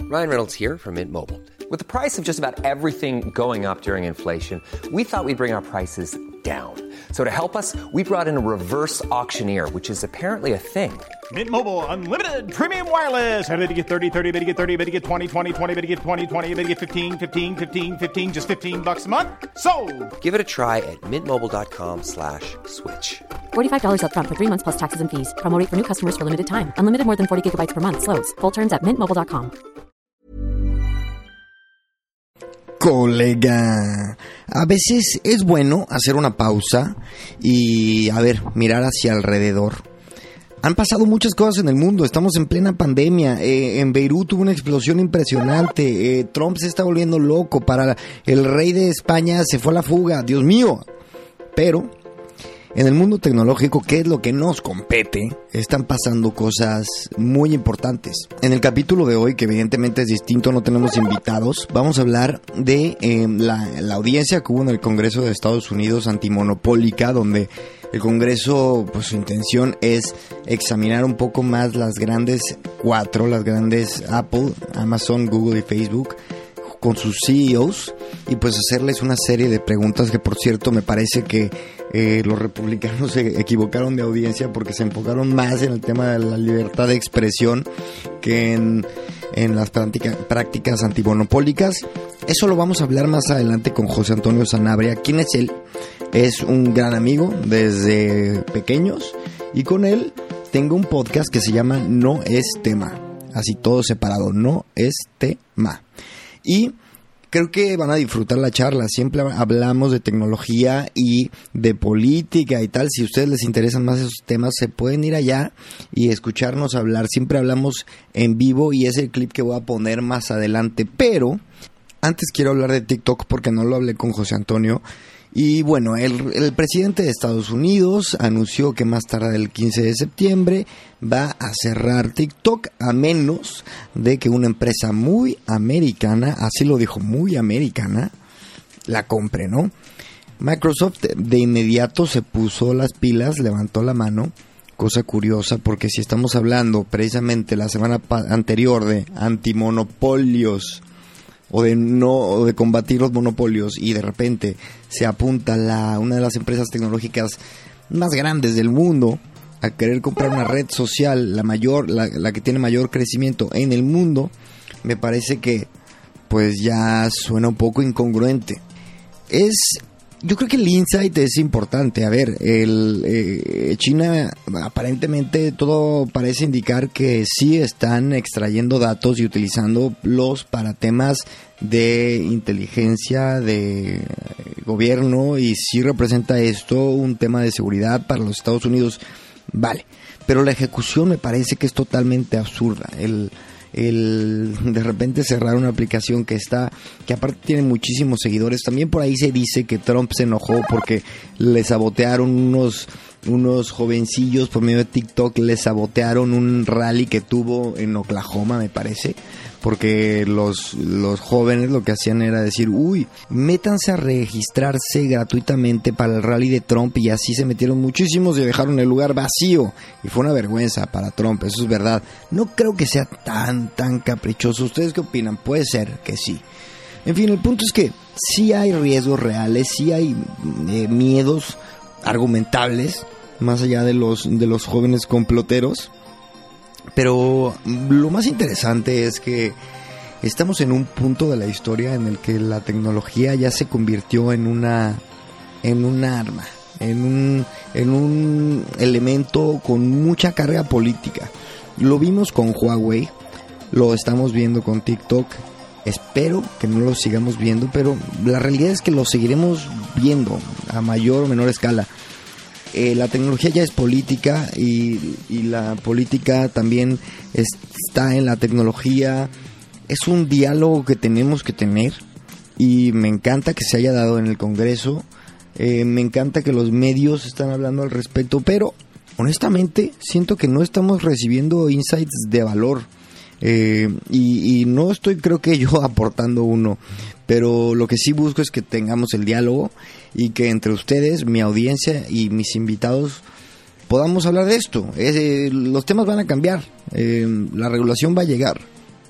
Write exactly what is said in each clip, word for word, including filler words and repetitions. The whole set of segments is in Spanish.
Ryan Reynolds here from Mint Mobile. With the price of just about everything going up during inflation, we thought we'd bring our prices down. So to help us, we brought in a reverse auctioneer, which is apparently a thing. Mint Mobile Unlimited Premium Wireless. How to get thirty, thirty, how to get thirty, how to get twenty, twenty, twenty, how to get twenty, twenty, how to get fifteen, fifteen, fifteen, fifteen, just fifteen bucks a month? Sold! Give it a try at mintmobile.com slash switch. forty-five dollars up front for three months plus taxes and fees. Promo rate for new customers for limited time. Unlimited more than forty gigabytes per month. Slows full terms at mint mobile dot com. Colega, a veces es bueno hacer una pausa y, a ver, mirar hacia alrededor. Han pasado muchas cosas en el mundo, estamos en plena pandemia, eh, en Beirut hubo una explosión impresionante, eh, Trump se está volviendo loco, para el rey de España se fue a la fuga, Dios mío. Pero en el mundo tecnológico, que es lo que nos compete, están pasando cosas muy importantes. En el capítulo de hoy, que evidentemente es distinto, no tenemos invitados, vamos a hablar de eh, la, la audiencia que hubo en el Congreso de Estados Unidos antimonopólica, donde el Congreso, pues su intención es examinar un poco más las grandes cuatro, las grandes Apple, Amazon, Google y Facebook, con sus C E Os, y pues hacerles una serie de preguntas que, por cierto, me parece que eh, los republicanos se equivocaron de audiencia porque se enfocaron más en el tema de la libertad de expresión que en, en las práctica, prácticas antimonopólicas. Eso lo vamos a hablar más adelante con José Antonio Sanabria. ¿Quién es él? Es un gran amigo desde pequeños, y con él tengo un podcast que se llama No es Tema, así todo separado, No es Tema. Y creo que van a disfrutar la charla. Siempre hablamos de tecnología y de política y tal. Si a ustedes les interesan más esos temas, se pueden ir allá y escucharnos hablar. Siempre hablamos en vivo y es el clip que voy a poner más adelante. Pero antes quiero hablar de TikTok porque no lo hablé con José Antonio. Y bueno, el, el presidente de Estados Unidos anunció que más tarde del quince de septiembre va a cerrar TikTok, a menos de que una empresa muy americana, así lo dijo, muy americana, la compre, ¿no? Microsoft de inmediato se puso las pilas, levantó la mano, cosa curiosa porque si estamos hablando precisamente la semana pa- anterior de antimonopolios, o de no o de combatir los monopolios, y de repente se apunta la una de las empresas tecnológicas más grandes del mundo a querer comprar una red social, la mayor, la, la que tiene mayor crecimiento en el mundo, me parece que pues ya suena un poco incongruente. Es Yo creo que el insight es importante. A ver, el, eh, China aparentemente todo parece indicar que sí están extrayendo datos y utilizándolos para temas de inteligencia, de gobierno, y sí representa esto un tema de seguridad para los Estados Unidos. Vale, pero la ejecución me parece que es totalmente absurda. El el de repente cerrar una aplicación que está, que aparte tiene muchísimos seguidores. También por ahí se dice que Trump se enojó porque le sabotearon unos unos jovencillos por medio de TikTok, le sabotearon un rally que tuvo en Oklahoma, me parece, porque los, los jóvenes lo que hacían era decir, uy, métanse a registrarse gratuitamente para el rally de Trump, y así se metieron muchísimos y dejaron el lugar vacío, y fue una vergüenza para Trump, eso es verdad. No creo que sea tan, tan caprichoso. ¿Ustedes qué opinan? Puede ser que sí. En fin, el punto es que sí hay riesgos reales, sí hay eh, miedos argumentables, más allá de los, de los jóvenes comploteros. Pero lo más interesante es que estamos en un punto de la historia en el que la tecnología ya se convirtió en una en un arma, en un en un elemento con mucha carga política. Lo vimos con Huawei, lo estamos viendo con TikTok. Espero que no lo sigamos viendo, pero la realidad es que lo seguiremos viendo a mayor o menor escala. Eh, la tecnología ya es política, y, y la política también está en la tecnología. Es un diálogo que tenemos que tener, y me encanta que se haya dado en el Congreso. Eh, me encanta que los medios están hablando al respecto, pero honestamente siento que no estamos recibiendo insights de valor. Eh, y, y no estoy, creo que yo, aportando uno, pero lo que sí busco es que tengamos el diálogo y que entre ustedes, mi audiencia y mis invitados, podamos hablar de esto. Eh, los temas van a cambiar, eh, la regulación va a llegar,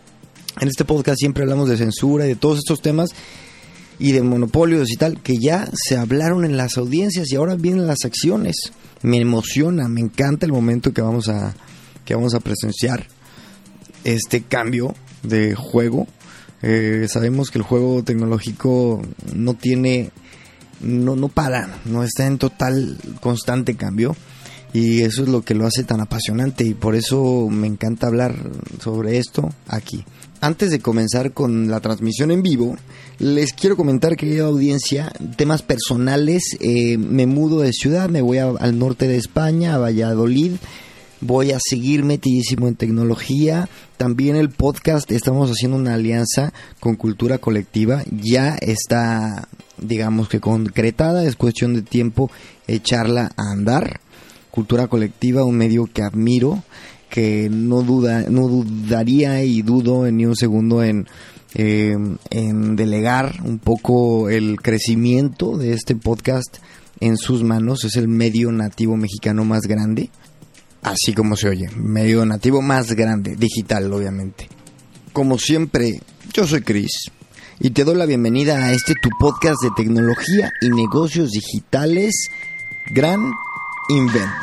En este podcast siempre hablamos de censura y de todos estos temas y de monopolios y tal, que ya se hablaron en las audiencias y ahora vienen las acciones. Me emociona, me encanta el momento que vamos a, que vamos a presenciar este cambio de juego. Eh, sabemos que el juego tecnológico no tiene, no, no para, no está en total constante cambio. Y eso es lo que lo hace tan apasionante y por eso me encanta hablar sobre esto aquí. Antes de comenzar con la transmisión en vivo, les quiero comentar, querida audiencia, temas personales. Eh, me mudo de ciudad, me voy a, al norte de España, a Valladolid. Voy a seguir metidísimo en tecnología. También el podcast, estamos haciendo una alianza con Cultura Colectiva. Ya está, digamos que concretada, es cuestión de tiempo echarla a andar. Cultura Colectiva, un medio que admiro, que no duda, no dudaría y dudo en ni un segundo en, eh, en delegar un poco el crecimiento de este podcast en sus manos. Es el medio nativo mexicano más grande, así como se oye, medio nativo más grande, digital obviamente. Como siempre, yo soy Chris y te doy la bienvenida a este tu podcast de tecnología y negocios digitales, Gran Invento.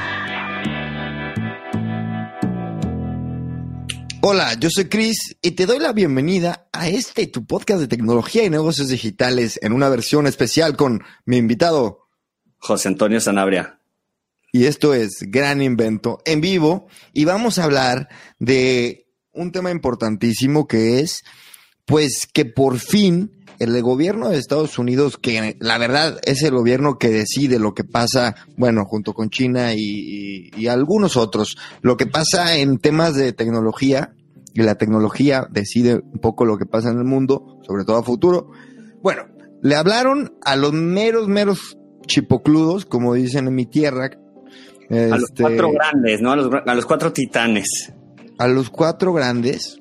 Hola, yo soy Chris y te doy la bienvenida a este tu podcast de tecnología y negocios digitales en una versión especial con mi invitado José Antonio Sanabria. Y esto es Gran Invento en vivo y vamos a hablar de un tema importantísimo que es, pues, que por fin el gobierno de Estados Unidos, que la verdad es el gobierno que decide lo que pasa, bueno, junto con China y, y, y algunos otros, lo que pasa en temas de tecnología, y la tecnología decide un poco lo que pasa en el mundo, sobre todo a futuro. Bueno, le hablaron a los meros, meros chipocludos, como dicen en mi tierra. A este, los cuatro grandes, ¿no? A los, a los cuatro titanes. A los cuatro grandes.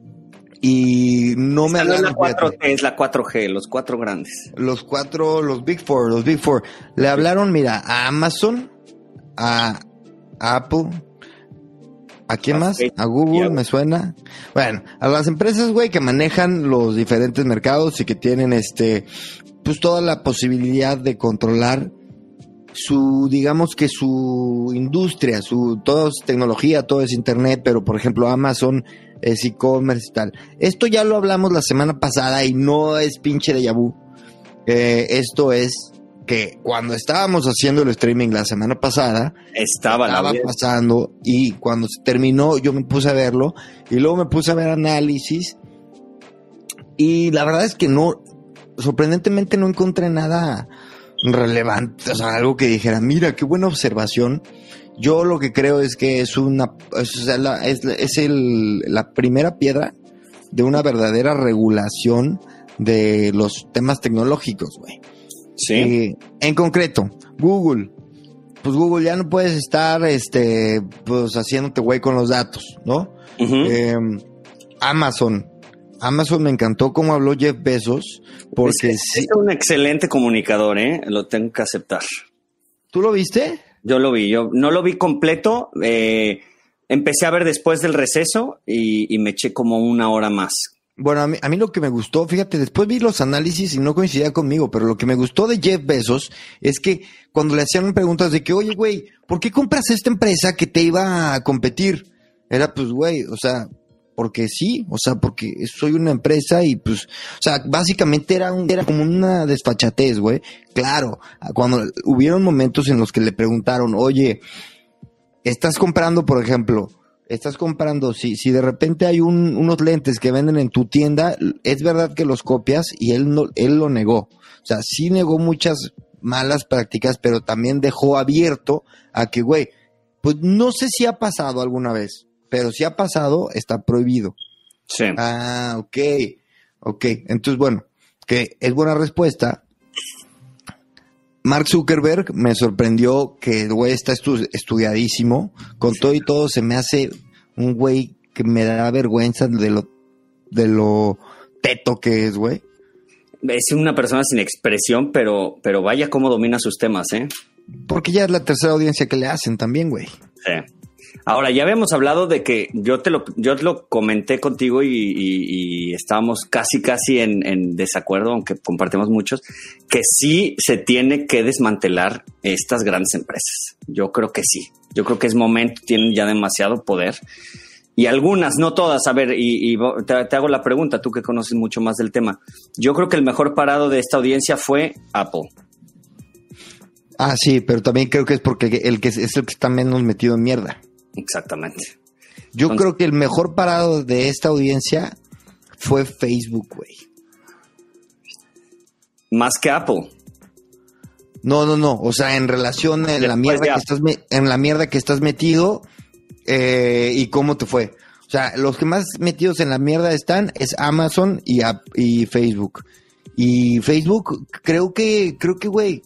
Y no me hablaron. No es la cuatro G, es la cuatro G, los cuatro grandes. Los cuatro, los Big Four, los Big Four. Le hablaron, mira, a Amazon, a, a Apple, ¿a quién más? A Google, me suena. Bueno, a las empresas, güey, que manejan los diferentes mercados y que tienen, este, pues toda la posibilidad de controlar su, digamos que su industria, su, todo es tecnología, todo es internet, pero por ejemplo Amazon es e-commerce y tal. Esto ya lo hablamos la semana pasada y no es pinche déjà vu. Eh, esto es que cuando estábamos haciendo el streaming la semana pasada, estaba, estaba pasando y cuando se terminó yo me puse a verlo y luego me puse a ver análisis y la verdad es que no, sorprendentemente no encontré nada relevante, o sea, algo que dijera, mira, qué buena observación. Yo lo que creo es que es una, es, o sea, la, es, es el, la primera piedra de una verdadera regulación de los temas tecnológicos, güey. Sí. Eh, en concreto, Google, pues Google ya no puedes estar, este, pues haciéndote güey con los datos, ¿no? Uh-huh. Eh, Amazon. Amazon me encantó cómo habló Jeff Bezos, porque es, sí. Es un excelente comunicador, ¿eh? Lo tengo que aceptar. ¿Tú lo viste? Yo lo vi, yo no lo vi completo, eh, empecé a ver después del receso y, y me eché como una hora más. Bueno, a mí, a mí lo que me gustó, fíjate, después vi los análisis y no coincidía conmigo, pero lo que me gustó de Jeff Bezos es que cuando le hacían preguntas de que, oye, güey, ¿por qué compras esta empresa que te iba a competir? Era pues, güey, o sea, porque sí, o sea, porque soy una empresa y pues, o sea, básicamente era un, era como una desfachatez, güey. Claro, cuando hubieron momentos en los que le preguntaron, oye, estás comprando, por ejemplo, estás comprando, si, si de repente hay un, unos lentes que venden en tu tienda, es verdad que los copias, y él no, él lo negó. O sea, sí negó muchas malas prácticas, pero también dejó abierto a que, güey, pues no sé si ha pasado alguna vez, pero si ha pasado, está prohibido. Sí. Ah, ok. Ok. Entonces, bueno, que es buena respuesta. Mark Zuckerberg me sorprendió que el güey está estu- estudiadísimo. Con todo y todo se me hace un güey que me da vergüenza de lo, de lo teto que es, güey. Es una persona sin expresión, pero, pero vaya cómo domina sus temas, ¿eh? Porque ya es la tercera audiencia que le hacen también, güey. Sí. Ahora, ya habíamos hablado de que yo te lo, yo te lo comenté contigo y, y, y estábamos casi, casi en, en desacuerdo, aunque compartimos muchos, que sí se tiene que desmantelar estas grandes empresas. Yo creo que sí. Yo creo que es momento, tienen ya demasiado poder. Y algunas, no todas. A ver, y, y te, te hago la pregunta, tú que conoces mucho más del tema. Yo creo que el mejor parado de esta audiencia fue Apple. Ah, sí, pero también creo que es porque el que es el que está menos metido en mierda. Exactamente. Yo Entonces, creo que el mejor parado de esta audiencia fue Facebook, güey. Más que Apple. No, no, no. O sea, en relación en la mierda que estás me- en la mierda que estás metido eh, y cómo te fue. O sea, los que más metidos en la mierda están es Amazon y, App- y Facebook. Y Facebook, creo que, creo que, güey,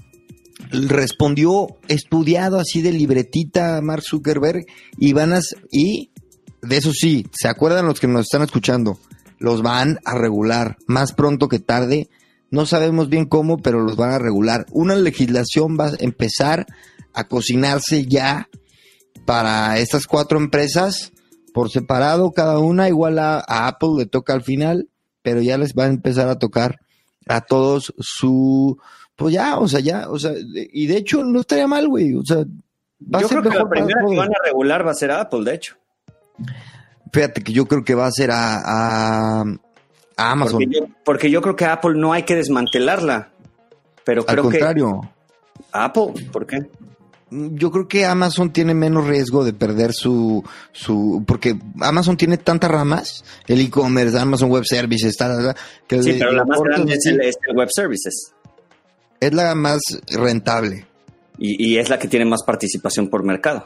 respondió estudiado así de libretita a Mark Zuckerberg y van a, y de eso sí, ¿se acuerdan los que nos están escuchando? Los van a regular más pronto que tarde. No sabemos bien cómo, pero los van a regular. Una legislación va a empezar a cocinarse ya para estas cuatro empresas por separado, cada una igual a, a Apple le toca al final, pero ya les va a empezar a tocar a todos su, pues ya, o sea, ya, o sea, y de hecho no estaría mal, güey, o sea, va yo a ser creo que mejor la primera para que todos. van a regular va a ser Apple, de hecho. Fíjate que yo creo que va a ser a, a, a Amazon. Porque yo, porque yo creo que Apple no hay que desmantelarla. Pero Al creo contrario. que Apple, ¿por qué? Yo creo que Amazon tiene menos riesgo de perder su, su, porque Amazon tiene tantas ramas, el e-commerce, Amazon Web Services, tal, tal, tal, que Sí, le- pero la le más aporta grande es así. el, es el Web Services. Es la más rentable, Y, y es la que tiene más participación por mercado.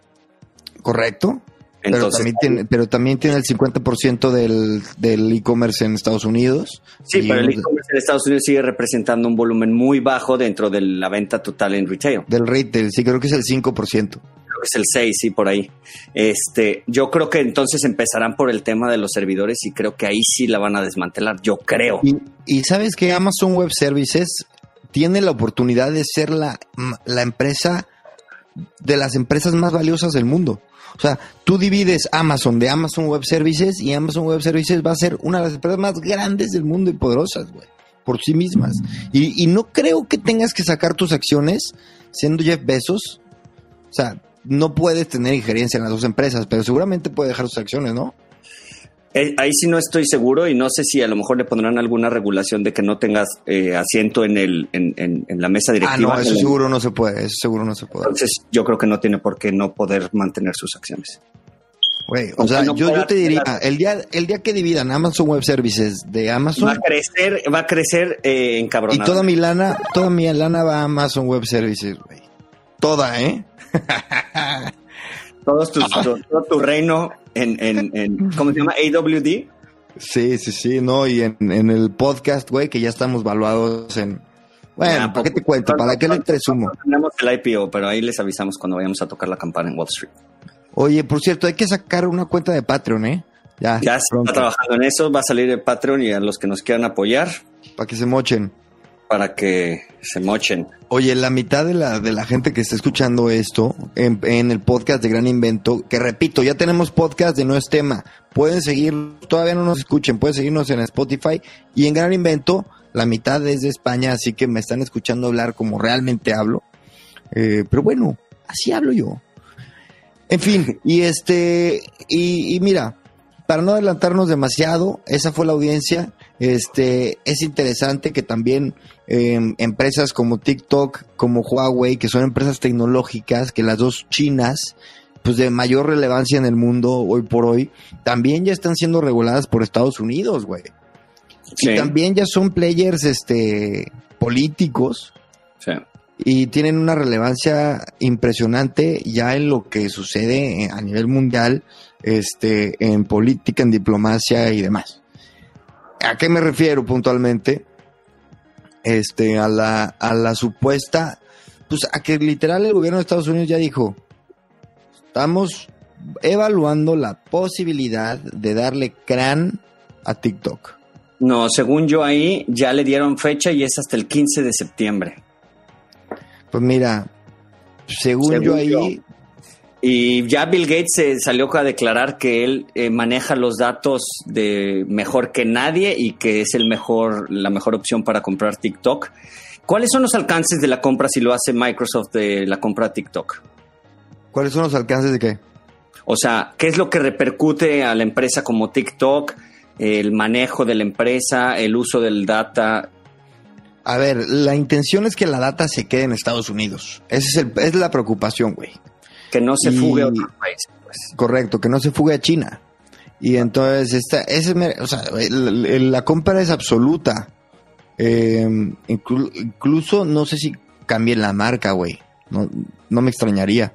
¿correcto? Pero Entonces, también tiene, pero también tiene el cincuenta por ciento del, del e-commerce en Estados Unidos. sí, Y pero el un- e-commerce en Estados Unidos sigue representando un volumen muy bajo dentro de la venta total en retail. Del retail, sí, creo que es el cinco por ciento. Creo que es el seis, sí, por ahí. Este, yo creo que entonces empezarán por el tema de los servidores y creo que ahí sí la van a desmantelar. Yo creo. Y, y sabes que Amazon Web Services tiene la oportunidad de ser la, la empresa de las empresas más valiosas del mundo. O sea, tú divides Amazon de Amazon Web Services y Amazon Web Services va a ser una de las empresas más grandes del mundo y poderosas, güey, por sí mismas. Y, y no creo que tengas que sacar tus acciones siendo Jeff Bezos. O sea, no puedes tener injerencia en las dos empresas, pero seguramente puede dejar sus acciones, ¿no? Eh, ahí sí no estoy seguro y no sé si a lo mejor le pondrán alguna regulación de que no tengas eh, asiento en el en, en, en la mesa Ah, directiva. no, eso En la- seguro no se puede, eso seguro no se puede. Entonces yo creo que no tiene por qué no poder mantener sus acciones. Güey, o Aunque sea, no yo, pueda yo te diría, tener- el día, el día que dividan Amazon Web Services de Va Amazon a crecer, va a crecer eh, y encabronado. toda mi lana, toda mi lana va a Amazon Web Services, güey. Toda, ¿eh? Todos tus, todo, todo tu reino en, en, en, ¿cómo se llama? A W D. Sí, sí, sí, no, y en, en el podcast, güey, que ya estamos valuados en... Bueno, Ya, ¿para qué te cuento? pronto, ¿Para qué le pronto, presumo? pronto Tenemos el I P O, pero ahí les avisamos cuando vayamos a tocar la campana en Wall Street. Oye, por cierto, hay que sacar una cuenta de Patreon, ¿eh? Ya, Ya se pronto, está trabajando en eso, va a salir el Patreon y a los que nos quieran apoyar para que se mochen. para que se mochen. Oye, la mitad de la, de la gente que está escuchando esto en, en el podcast de Gran Invento, que repito, ya tenemos podcast de No es Tema, pueden seguir, todavía no nos escuchen, pueden seguirnos en Spotify y en Gran Invento, la mitad es de España, así que me están escuchando hablar como realmente hablo. Eh, pero bueno, así hablo yo. En fin, y este, y, y mira, para no adelantarnos demasiado, esa fue la audiencia. Este, es interesante que también eh, empresas como TikTok, como Huawei, que son empresas tecnológicas, que las dos chinas, pues de mayor relevancia en el mundo hoy por hoy, también ya están siendo reguladas por Estados Unidos, güey. Sí, Y también ya son players, este, políticos. sí. Y tienen una relevancia impresionante ya en lo que sucede a nivel mundial, este, en política, en diplomacia y demás. ¿A qué me refiero puntualmente? Este, a la, a la supuesta, pues a que literal el gobierno de Estados Unidos ya dijo, estamos evaluando la posibilidad de darle crán a TikTok. No, según yo ahí ya le dieron fecha y es hasta el quince de septiembre. Pues mira, según, Según yo ahí, yo. Y ya Bill Gates eh, salió a declarar que él eh, maneja los datos de mejor que nadie y que es el mejor, la mejor opción para comprar TikTok. ¿Cuáles son los alcances de la compra si lo hace Microsoft de la compra de TikTok? ¿Cuáles son los alcances de qué? O sea, ¿qué es lo que repercute a la empresa como TikTok? El manejo de la empresa, el uso del data. A ver, la intención es que la data se quede en Estados Unidos. Esa es, el, es la preocupación, güey. Que no se y, fugue a otros países, pues. Correcto, que no se fugue a China. Y entonces, esta, ese, o sea, el, el, la compra es absoluta. Eh, inclu, incluso, no sé si cambien la marca, güey. No, no me extrañaría.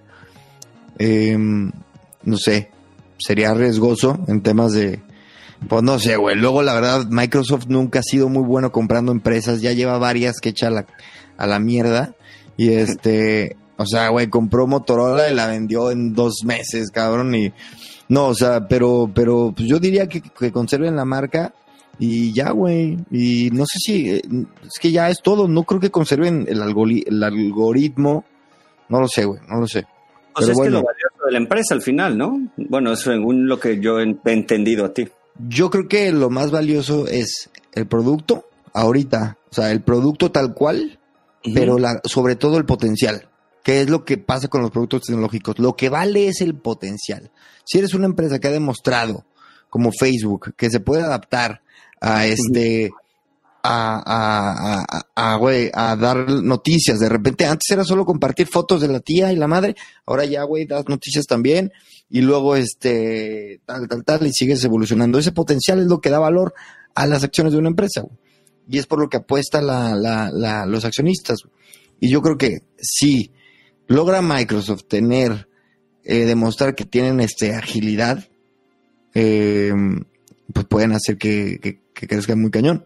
Eh, no sé, sería riesgoso en temas de... Pues no sé, güey. Luego, la verdad, Microsoft nunca ha sido muy bueno comprando empresas. Ya lleva varias que echa a la, a la mierda. Y este... O sea, güey, compró Motorola y la vendió en dos meses, cabrón. Y no, o sea, pero, pero pues yo diría que, que conserven la marca y ya, güey. Y no sé si, es que ya es todo. No creo que conserven el, algori- el algoritmo. No lo sé, güey, no lo sé. O sea, es bueno, que lo valioso de la empresa al final, ¿no? Bueno, eso según lo que yo he entendido a ti. Yo creo que lo más valioso es el producto ahorita. O sea, el producto tal cual, uh-huh. pero la, sobre todo el potencial. ¿Qué es lo que pasa con los productos tecnológicos? Lo que vale es el potencial. Si eres una empresa que ha demostrado, como Facebook, que se puede adaptar a este, a, a, a, a, güey, a dar noticias. De repente, antes era solo compartir fotos de la tía y la madre. Ahora ya, güey, das noticias también. Y luego, este, tal, tal, tal, y sigues evolucionando. Ese potencial es lo que da valor a las acciones de una empresa, güey. Y es por lo que apuesta la, la, la, los accionistas, güey. Y yo creo que sí. Logra Microsoft tener, eh, demostrar que tienen este agilidad, eh, pues pueden hacer que, que, que crezca muy cañón.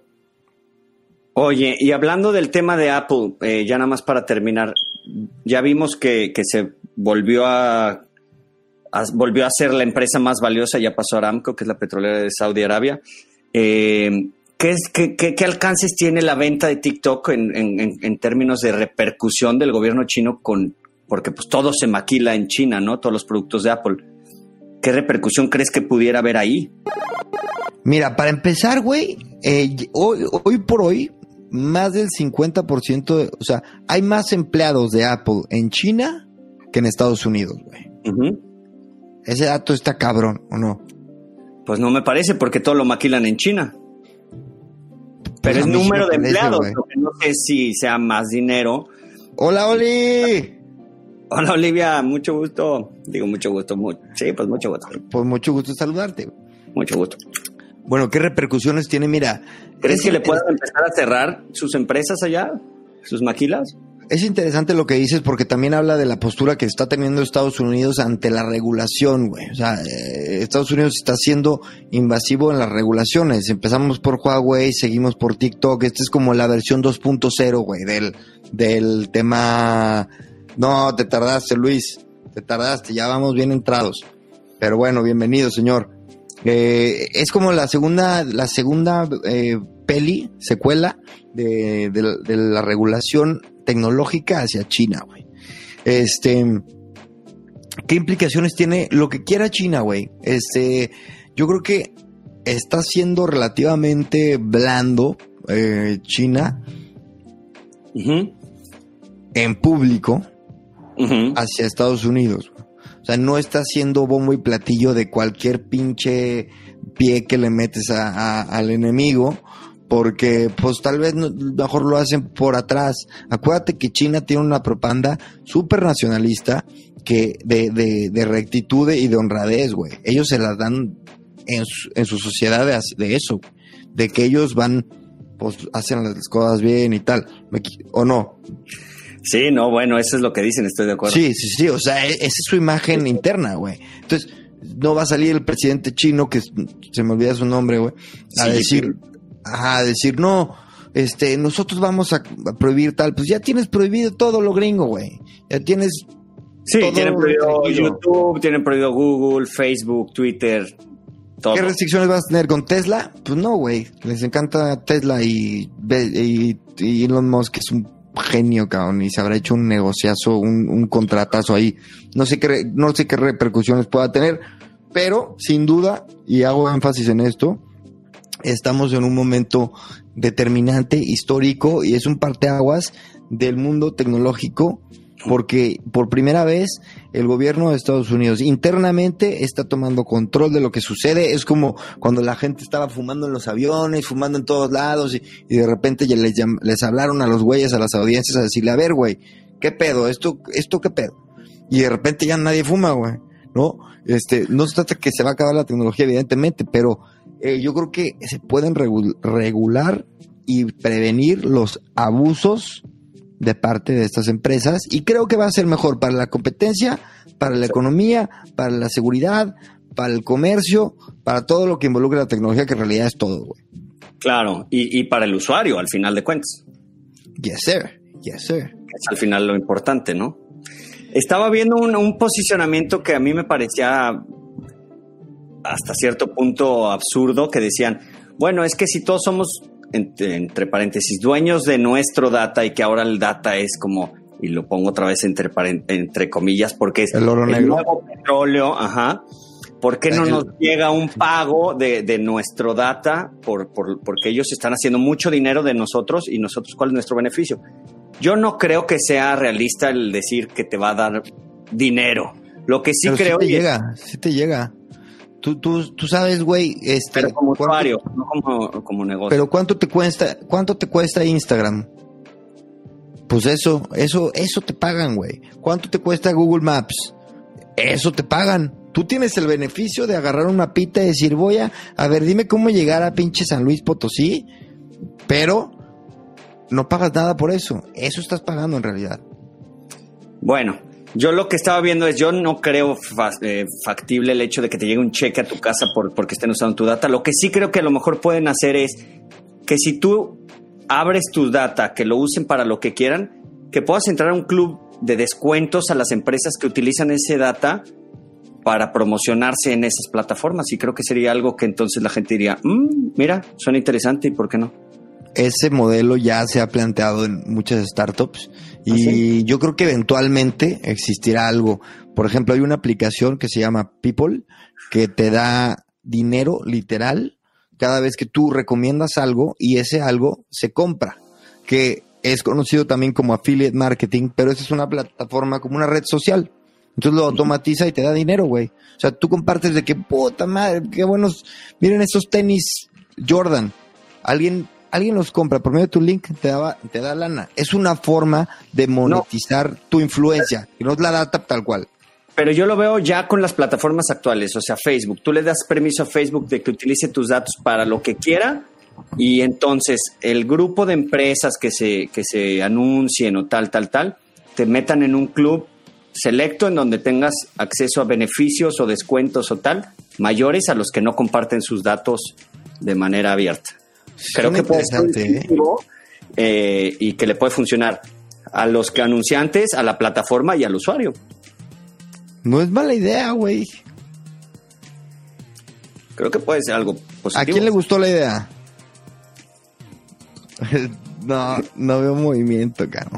Oye, y hablando del tema de Apple, eh, ya nada más para terminar, ya vimos que, que se volvió a, a volvió a ser la empresa más valiosa, ya pasó Aramco, que es la petrolera de Saudi Arabia. Eh, ¿qué, es, qué, qué, ¿Qué alcances tiene la venta de TikTok en, en, en términos de repercusión del gobierno chino con... Porque pues todo se maquila en China, ¿no? Todos los productos de Apple. ¿Qué repercusión crees que pudiera haber ahí? Mira, para empezar, güey, eh, hoy, hoy por hoy, más del cincuenta por ciento, de, o sea, hay más empleados de Apple en China que en Estados Unidos, güey. Uh-huh. Ese dato está cabrón, ¿o no? Pues no me parece, porque todo lo maquilan en China. Pero pues es número sí de parece, empleados, lo que no sé si sea más dinero. ¡Hola, Oli! Hola, Olivia, mucho gusto. Digo, mucho gusto. Muy, sí, pues mucho gusto. Pues mucho gusto saludarte. Mucho gusto. Bueno, ¿qué repercusiones tiene? Mira, ¿crees que le puedan empezar a cerrar sus empresas allá? ¿Sus maquilas? Es interesante lo que dices porque también habla de la postura que está teniendo Estados Unidos ante la regulación, güey. O sea, eh, Estados Unidos está siendo invasivo en las regulaciones. Empezamos por Huawei, seguimos por TikTok. Esta es como la versión dos punto cero, güey, del, del tema... No, te tardaste, Luis. Te tardaste, ya vamos bien entrados. Pero bueno, bienvenido, señor. Eh, es como la segunda, la segunda eh, peli, secuela de, de, de la regulación tecnológica hacia China, güey. Este, ¿qué implicaciones tiene lo que quiera China, güey? Este, yo creo que está siendo relativamente blando eh, China uh-huh. en público. Uh-huh. Hacia Estados Unidos. O sea, no está haciendo bombo y platillo de cualquier pinche pie que le metes a, a, al enemigo, porque pues tal vez no, mejor lo hacen por atrás. Acuérdate que China tiene una propaganda súper nacionalista que de, de, de rectitud y de honradez, güey. Ellos se las dan en su, en su sociedad de, de eso, de que ellos van, pues hacen las cosas bien y tal, ¿o no? Sí, no, bueno, eso es lo que dicen, estoy de acuerdo. Sí, sí, sí, o sea, esa es su imagen interna, güey. Entonces, no va a salir el presidente chino, que se me olvida su nombre, güey, a sí, decir, sí. Ajá, a decir, no, este, nosotros vamos a, a prohibir tal. Pues ya tienes prohibido todo lo gringo, güey. Ya tienes... Sí, todo tienen prohibido YouTube, tienen prohibido Google, Facebook, Twitter, todo. ¿Qué restricciones vas a tener con Tesla? Pues no, güey. Les encanta Tesla y, y, y Elon Musk es un genio, cabrón, y se habrá hecho un negociazo, un, un contratazo ahí. No sé qué, no sé qué repercusiones pueda tener, pero sin duda, y hago énfasis en esto, estamos en un momento determinante, histórico, y es un parteaguas del mundo tecnológico, porque por primera vez el gobierno de Estados Unidos internamente está tomando control de lo que sucede. Es como cuando la gente estaba fumando en los aviones, fumando en todos lados, y, y de repente ya les, les hablaron a los güeyes, a las audiencias, a decirle, a ver, güey, ¿qué pedo? ¿Esto, esto qué pedo? Y de repente ya nadie fuma, güey, ¿no? Este, no se trata que se va a acabar la tecnología, evidentemente, pero eh, yo creo que se pueden regu- regular y prevenir los abusos de parte de estas empresas, y creo que va a ser mejor para la competencia, para la economía, para la seguridad, para el comercio, para todo lo que involucra la tecnología, que en realidad es todo, güey. Claro, y, y para el usuario, al final de cuentas. Yes, sir. Yes, sir. Es al final lo importante, ¿no? Estaba viendo un, un posicionamiento que a mí me parecía hasta cierto punto absurdo, que decían, bueno, es que si todos somos, entre, entre paréntesis, dueños de nuestro data, y que ahora el data es como, y lo pongo otra vez entre, entre comillas, porque es el oro el negro, nuevo petróleo, ajá. ¿Por qué no nos llega un pago de, de nuestro data? Por, por, porque ellos están haciendo mucho dinero de nosotros, y nosotros, ¿cuál es nuestro beneficio? Yo no creo que sea realista el decir que te va a dar dinero. Lo que sí pero creo... Sí te es, llega, sí te llega. Tú, tú, tú sabes, güey... Este, pero como usuario, no como, como negocio. Pero ¿cuánto te cuesta, cuánto te cuesta Instagram? Pues eso, eso, eso te pagan, güey. ¿Cuánto te cuesta Google Maps? Eso te pagan. Tú tienes el beneficio de agarrar una pita y decir, voy a, a ver, dime cómo llegar a pinche San Luis Potosí, pero no pagas nada por eso. Eso estás pagando en realidad. Bueno, yo lo que estaba viendo es, yo no creo fa- eh, factible el hecho de que te llegue un cheque a tu casa por, porque estén usando tu data. Lo que sí creo que a lo mejor pueden hacer es que si tú abres tu data, que lo usen para lo que quieran, que puedas entrar a un club de descuentos a las empresas que utilizan ese data para promocionarse en esas plataformas. Y creo que sería algo que entonces la gente diría, mmm, mira, suena interesante, ¿y por qué no? Ese modelo ya se ha planteado en muchas startups y ¿sí? Yo creo que eventualmente existirá algo. Por ejemplo, hay una aplicación que se llama People que te da dinero literal cada vez que tú recomiendas algo y ese algo se compra, que es conocido también como affiliate marketing, pero esa es una plataforma como una red social. Entonces lo automatiza y te da dinero, güey. O sea, tú compartes de que, puta madre, qué buenos, miren estos tenis Jordan. Alguien, alguien los compra por medio de tu link, te da, te da lana. Es una forma de monetizar no. tu influencia, y no es la data tal cual. Pero yo lo veo ya con las plataformas actuales, o sea, Facebook. Tú le das permiso a Facebook de que utilice tus datos para lo que quiera, y entonces el grupo de empresas que se, que se anuncien o tal, tal, tal, te metan en un club selecto en donde tengas acceso a beneficios o descuentos o tal, mayores a los que no comparten sus datos de manera abierta. Creo que puede ser ¿eh? Eh, y que le puede funcionar a los que anunciantes, a la plataforma y al usuario. No es mala idea, güey. Creo que puede ser algo positivo. ¿A quién le gustó la idea? No, no veo movimiento, caro.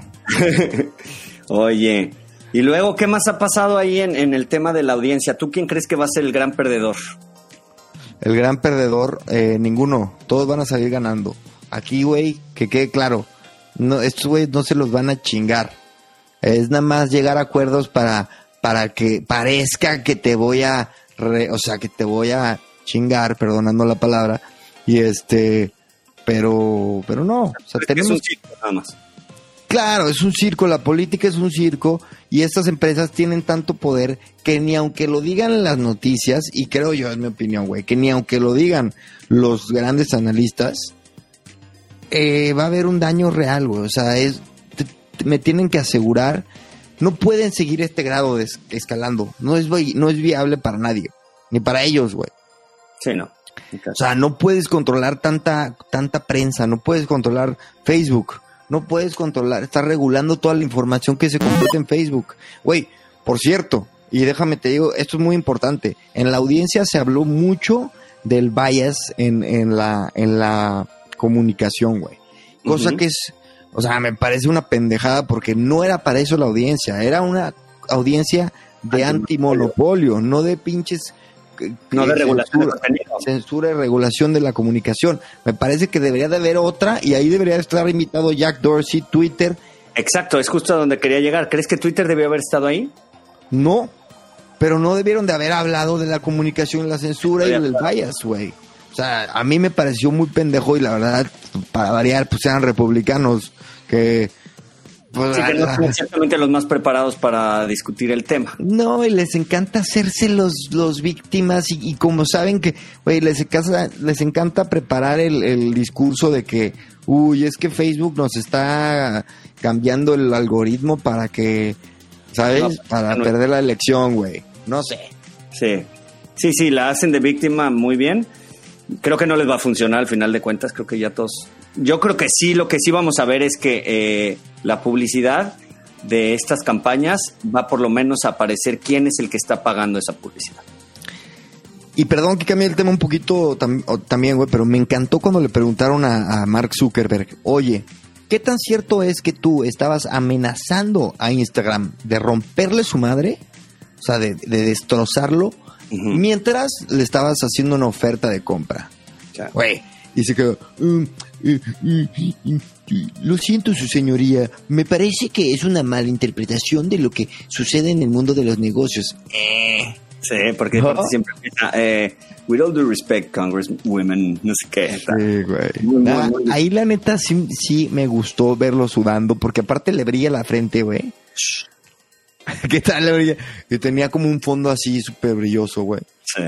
Oye, y luego, ¿qué más ha pasado ahí en, en el tema de la audiencia? ¿Tú quién crees que va a ser el gran perdedor? El gran perdedor, eh, ninguno. Todos van a salir ganando. Aquí, güey, que quede claro. No, estos güeyes no se los van a chingar. Es nada más llegar a acuerdos para, para que parezca que te voy a... Re, o sea, que te voy a chingar, perdonando la palabra. Y este... Pero, pero no. O sea, tenemos... Es un circo, nada más. Claro, es un circo, la política es un circo y estas empresas tienen tanto poder que ni aunque lo digan las noticias, y creo yo, es mi opinión, güey, que ni aunque lo digan los grandes analistas, eh, va a haber un daño real, güey. O sea, es, te, te, me tienen que asegurar, no pueden seguir este grado de escalando, no es, no es viable para nadie, ni para ellos, güey. Sí, no. Okay. O sea, no puedes controlar tanta, tanta prensa, no puedes controlar Facebook. No puedes controlar, estás regulando toda la información que se completa en Facebook. Güey, por cierto, y déjame te digo, esto es muy importante. En la audiencia se habló mucho del bias en, en, la, en la comunicación, güey. Cosa uh-huh. que es O sea, me parece una pendejada porque no era para eso la audiencia, era una audiencia de antimonopolio, no de pinches... No de regulación censura, de contenido. Censura y regulación de la comunicación. Me parece que debería de haber otra y ahí debería estar invitado Jack Dorsey, Twitter. Exacto, es justo a donde quería llegar. ¿Crees que Twitter debió haber estado ahí? No, pero no debieron de haber hablado de la comunicación, la censura y del bias, güey. O sea, a mí me pareció muy pendejo y la verdad, para variar, pues eran republicanos que... Pues, sí, que no son ciertamente los más preparados para discutir el tema. No, y les encanta hacerse los, los víctimas y, y como saben que, güey, les encanta, les encanta preparar el, el discurso de que, uy, es que Facebook nos está cambiando el algoritmo para que, ¿sabes? No, para no, perder la elección, güey. No sé. Sí, sí, sí, la hacen de víctima muy bien. Creo que no les va a funcionar al final de cuentas, creo que ya todos... Yo creo que sí, lo que sí vamos a ver es que eh, la publicidad de estas campañas va por lo menos a aparecer quién es el que está pagando esa publicidad. Y perdón que cambie el tema un poquito tam- también, güey, pero me encantó cuando le preguntaron a, a Mark Zuckerberg, oye, ¿qué tan cierto es que tú estabas amenazando a Instagram de romperle su madre? O sea, de, de destrozarlo, uh-huh, mientras le estabas haciendo una oferta de compra. Güey. Y se quedó, mm, eh, eh, eh, lo siento, su señoría, me parece que es una mala interpretación de lo que sucede en el mundo de los negocios. Eh. Sí, porque ¿no? Siempre empieza, eh, with all due respect, Congresswomen, no sé qué. Sí, güey. Muy, muy, ah, muy... Ahí la neta sí, sí me gustó verlo sudando, porque aparte le brilla la frente, güey. ¿Qué tal le brilla? Que tenía como un fondo así súper brilloso, güey. Sí.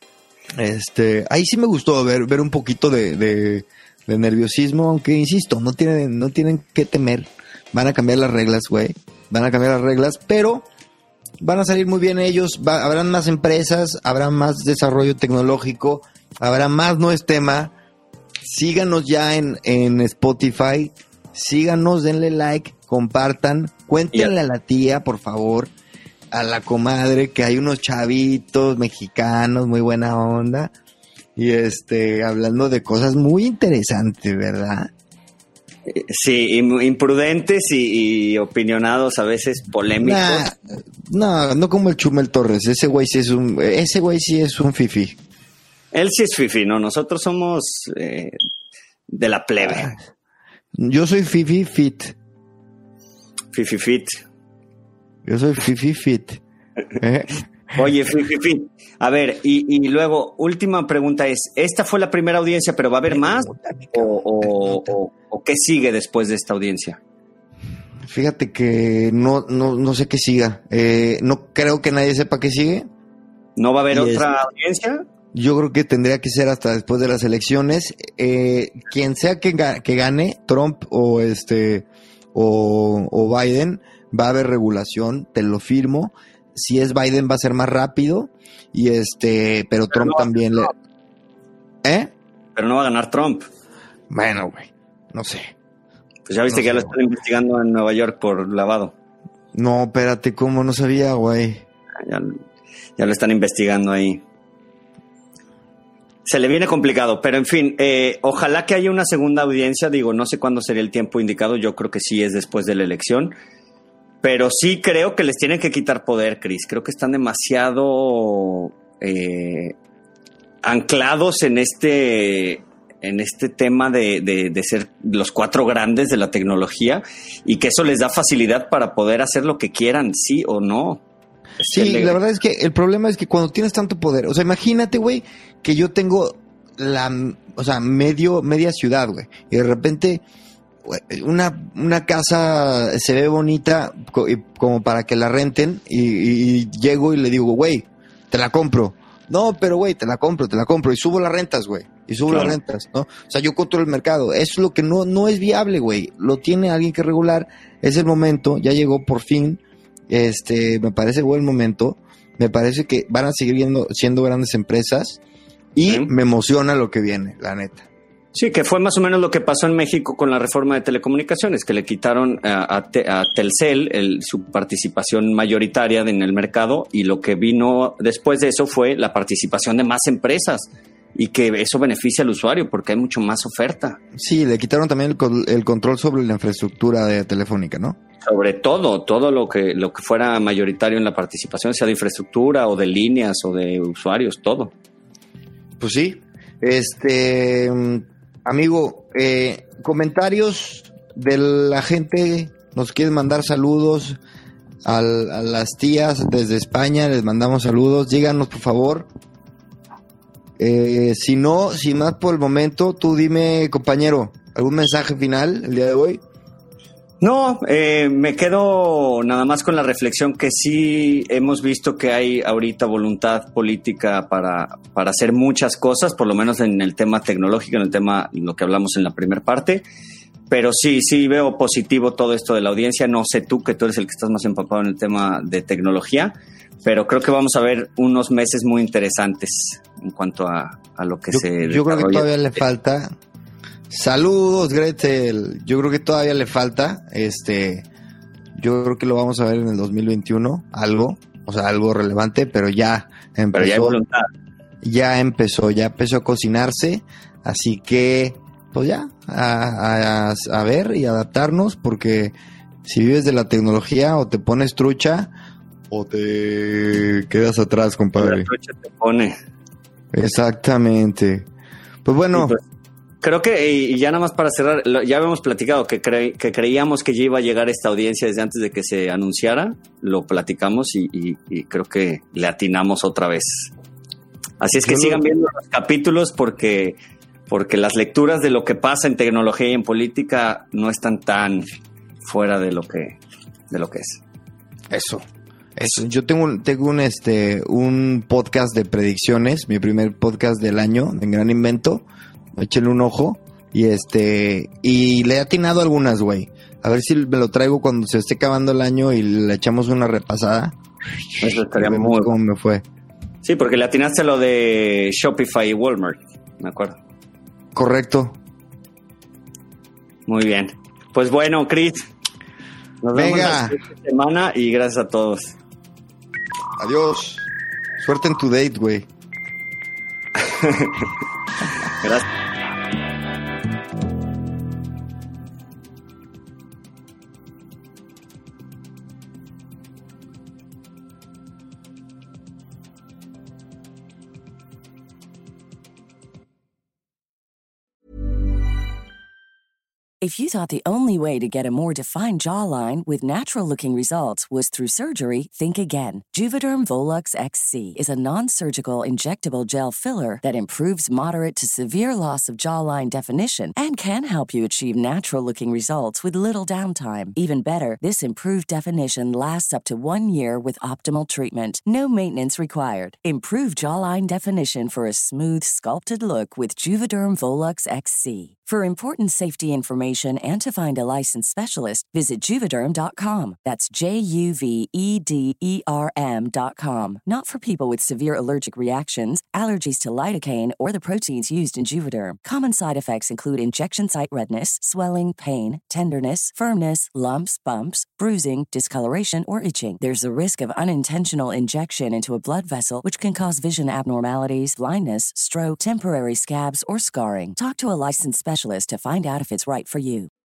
Este, ahí sí me gustó ver, ver un poquito de, de, de nerviosismo, aunque insisto, no tienen, no tienen que temer. Van a cambiar las reglas, güey. Van a cambiar las reglas, pero van a salir muy bien ellos. Va, habrán más empresas, habrá más desarrollo tecnológico, habrá más No Es Tema. Síganos ya en, en Spotify. Síganos, denle like, compartan, cuéntenle yeah. a la tía, por favor, a la comadre, que hay unos chavitos mexicanos, muy buena onda, y este, hablando de cosas muy interesantes, ¿verdad? Sí, imprudentes y, y opinionados, a veces polémicos. Nah, no, no como el Chumel Torres, ese güey sí es un, ese güey sí es un fifi. Él sí es fifi, ¿no? Nosotros somos eh, de la plebe. Ah, yo soy fifi fit. Fifi fit. Yo soy Fifi Fit. ¿Eh? Oye, Fifi Fit. A ver, y, y luego, última pregunta es, ¿esta fue la primera audiencia, pero va a haber más? ¿O, o, o, o qué sigue después de esta audiencia? Fíjate que no, no, no sé qué siga. Eh, no creo que nadie sepa qué sigue. ¿No va a haber y otra es, audiencia? Yo creo que tendría que ser hasta después de las elecciones. Eh, quien sea que, que gane, Trump o este o, o Biden, va a haber regulación, te lo firmo. Si es Biden va a ser más rápido y este, pero, pero Trump no también le... ¿Eh? Pero no va a ganar Trump. Bueno, güey, no sé. Pues ya viste no que sé, ya lo están güey. investigando en Nueva York por lavado. No, espérate, ¿cómo? No sabía, güey. Ya, ya lo están investigando ahí. Se le viene complicado, pero en fin, eh, ojalá que haya una segunda audiencia. Digo, no sé cuándo sería el tiempo indicado. Yo creo que sí es después de la elección. Pero sí creo que les tienen que quitar poder, Chris. Creo que están demasiado eh, anclados en este, en este tema de, de, de ser los cuatro grandes de la tecnología y que eso les da facilidad para poder hacer lo que quieran, sí o no. Sí, le... la verdad es que el problema es que cuando tienes tanto poder, o sea, imagínate, güey, que yo tengo la, o sea, medio, media ciudad, güey, y de repente... Una, una casa se ve bonita como para que la renten y, y, y llego y le digo, güey, te la compro. No, pero güey, te la compro, te la compro y subo las rentas, güey. Y subo claro. las rentas, ¿no? O sea, yo controlo el mercado. Eso es lo que no, no es viable, güey. Lo tiene alguien que regular. Es el momento, ya llegó por fin. Este, me parece buen momento. Me parece que van a seguir viendo, siendo grandes empresas y ¿sí? me emociona lo que viene, la neta. Sí, que fue más o menos lo que pasó en México con la reforma de telecomunicaciones, que le quitaron a, a, a Telcel el, su participación mayoritaria en el mercado y lo que vino después de eso fue la participación de más empresas y que eso beneficia al usuario porque hay mucho más oferta. Sí, le quitaron también el, co- el control sobre la infraestructura de telefónica, ¿no? Sobre todo, todo lo que, lo que fuera mayoritario en la participación, sea de infraestructura o de líneas o de usuarios, todo. Pues sí. Este, amigo, eh, comentarios de la gente, nos quieren mandar saludos al, a las tías desde España, les mandamos saludos, díganos por favor. Eh, si no, sin más por el momento, tú dime, compañero, ¿algún mensaje final el día de hoy? No, eh, me quedo nada más con la reflexión que sí hemos visto que hay ahorita voluntad política para, para hacer muchas cosas, por lo menos en el tema tecnológico, en el tema, en lo que hablamos en la primera parte. Pero sí, sí veo positivo todo esto de la audiencia. No sé tú, que tú eres el que estás más empapado en el tema de tecnología, pero creo que vamos a ver unos meses muy interesantes en cuanto a, a lo que yo, se Yo creo que todavía le falta. Saludos, Gretel. Yo creo que todavía le falta. Este, yo creo que lo vamos a ver en el dos mil veintiuno, algo, o sea, algo relevante, pero ya empezó. Pero ya hay voluntad. Ya empezó, ya empezó a cocinarse, así que, pues ya, a, a, a ver y adaptarnos, porque si vives de la tecnología o te pones trucha o te quedas atrás, compadre. La trucha te pone. Exactamente. Pues bueno. Sí, pues, creo que, y ya nada más para cerrar, ya habíamos platicado que, cre- que creíamos que ya iba a llegar esta audiencia desde antes de que se anunciara, lo platicamos y, y, y creo que le atinamos otra vez. Así es que sigan viendo los capítulos porque, porque las lecturas de lo que pasa en tecnología y en política no están tan fuera de lo que, de lo que es. Eso. Eso. Yo tengo un, tengo un este un podcast de predicciones, mi primer podcast del año, en Gran Invento. Échenle un ojo. Y este, y le he atinado algunas, güey. A ver si me lo traigo cuando se esté acabando el año y le echamos una repasada. Eso estaría muy cómo me fue. Sí, porque le atinaste a lo de Shopify y Walmart, me acuerdo. Correcto. Muy bien. Pues bueno, Chris, nos vemos Venga. esta semana y gracias a todos. Adiós. Suerte en tu date, güey. Gracias. If you thought the only way to get a more defined jawline with natural-looking results was through surgery, think again. Juvederm Volux X C is a non-surgical injectable gel filler that improves moderate to severe loss of jawline definition and can help you achieve natural-looking results with little downtime. Even better, this improved definition lasts up to one year with optimal treatment. No maintenance required. Improve jawline definition for a smooth, sculpted look with Juvederm Volux X C. For important safety information and to find a licensed specialist, visit Juvederm dot com. That's J U V E D E R M dot com. Not for people with severe allergic reactions, allergies to lidocaine, or the proteins used in Juvederm. Common side effects include injection site redness, swelling, pain, tenderness, firmness, lumps, bumps, bruising, discoloration, or itching. There's a risk of unintentional injection into a blood vessel, which can cause vision abnormalities, blindness, stroke, temporary scabs, or scarring. Talk to a licensed specialist to find out if it's right for you.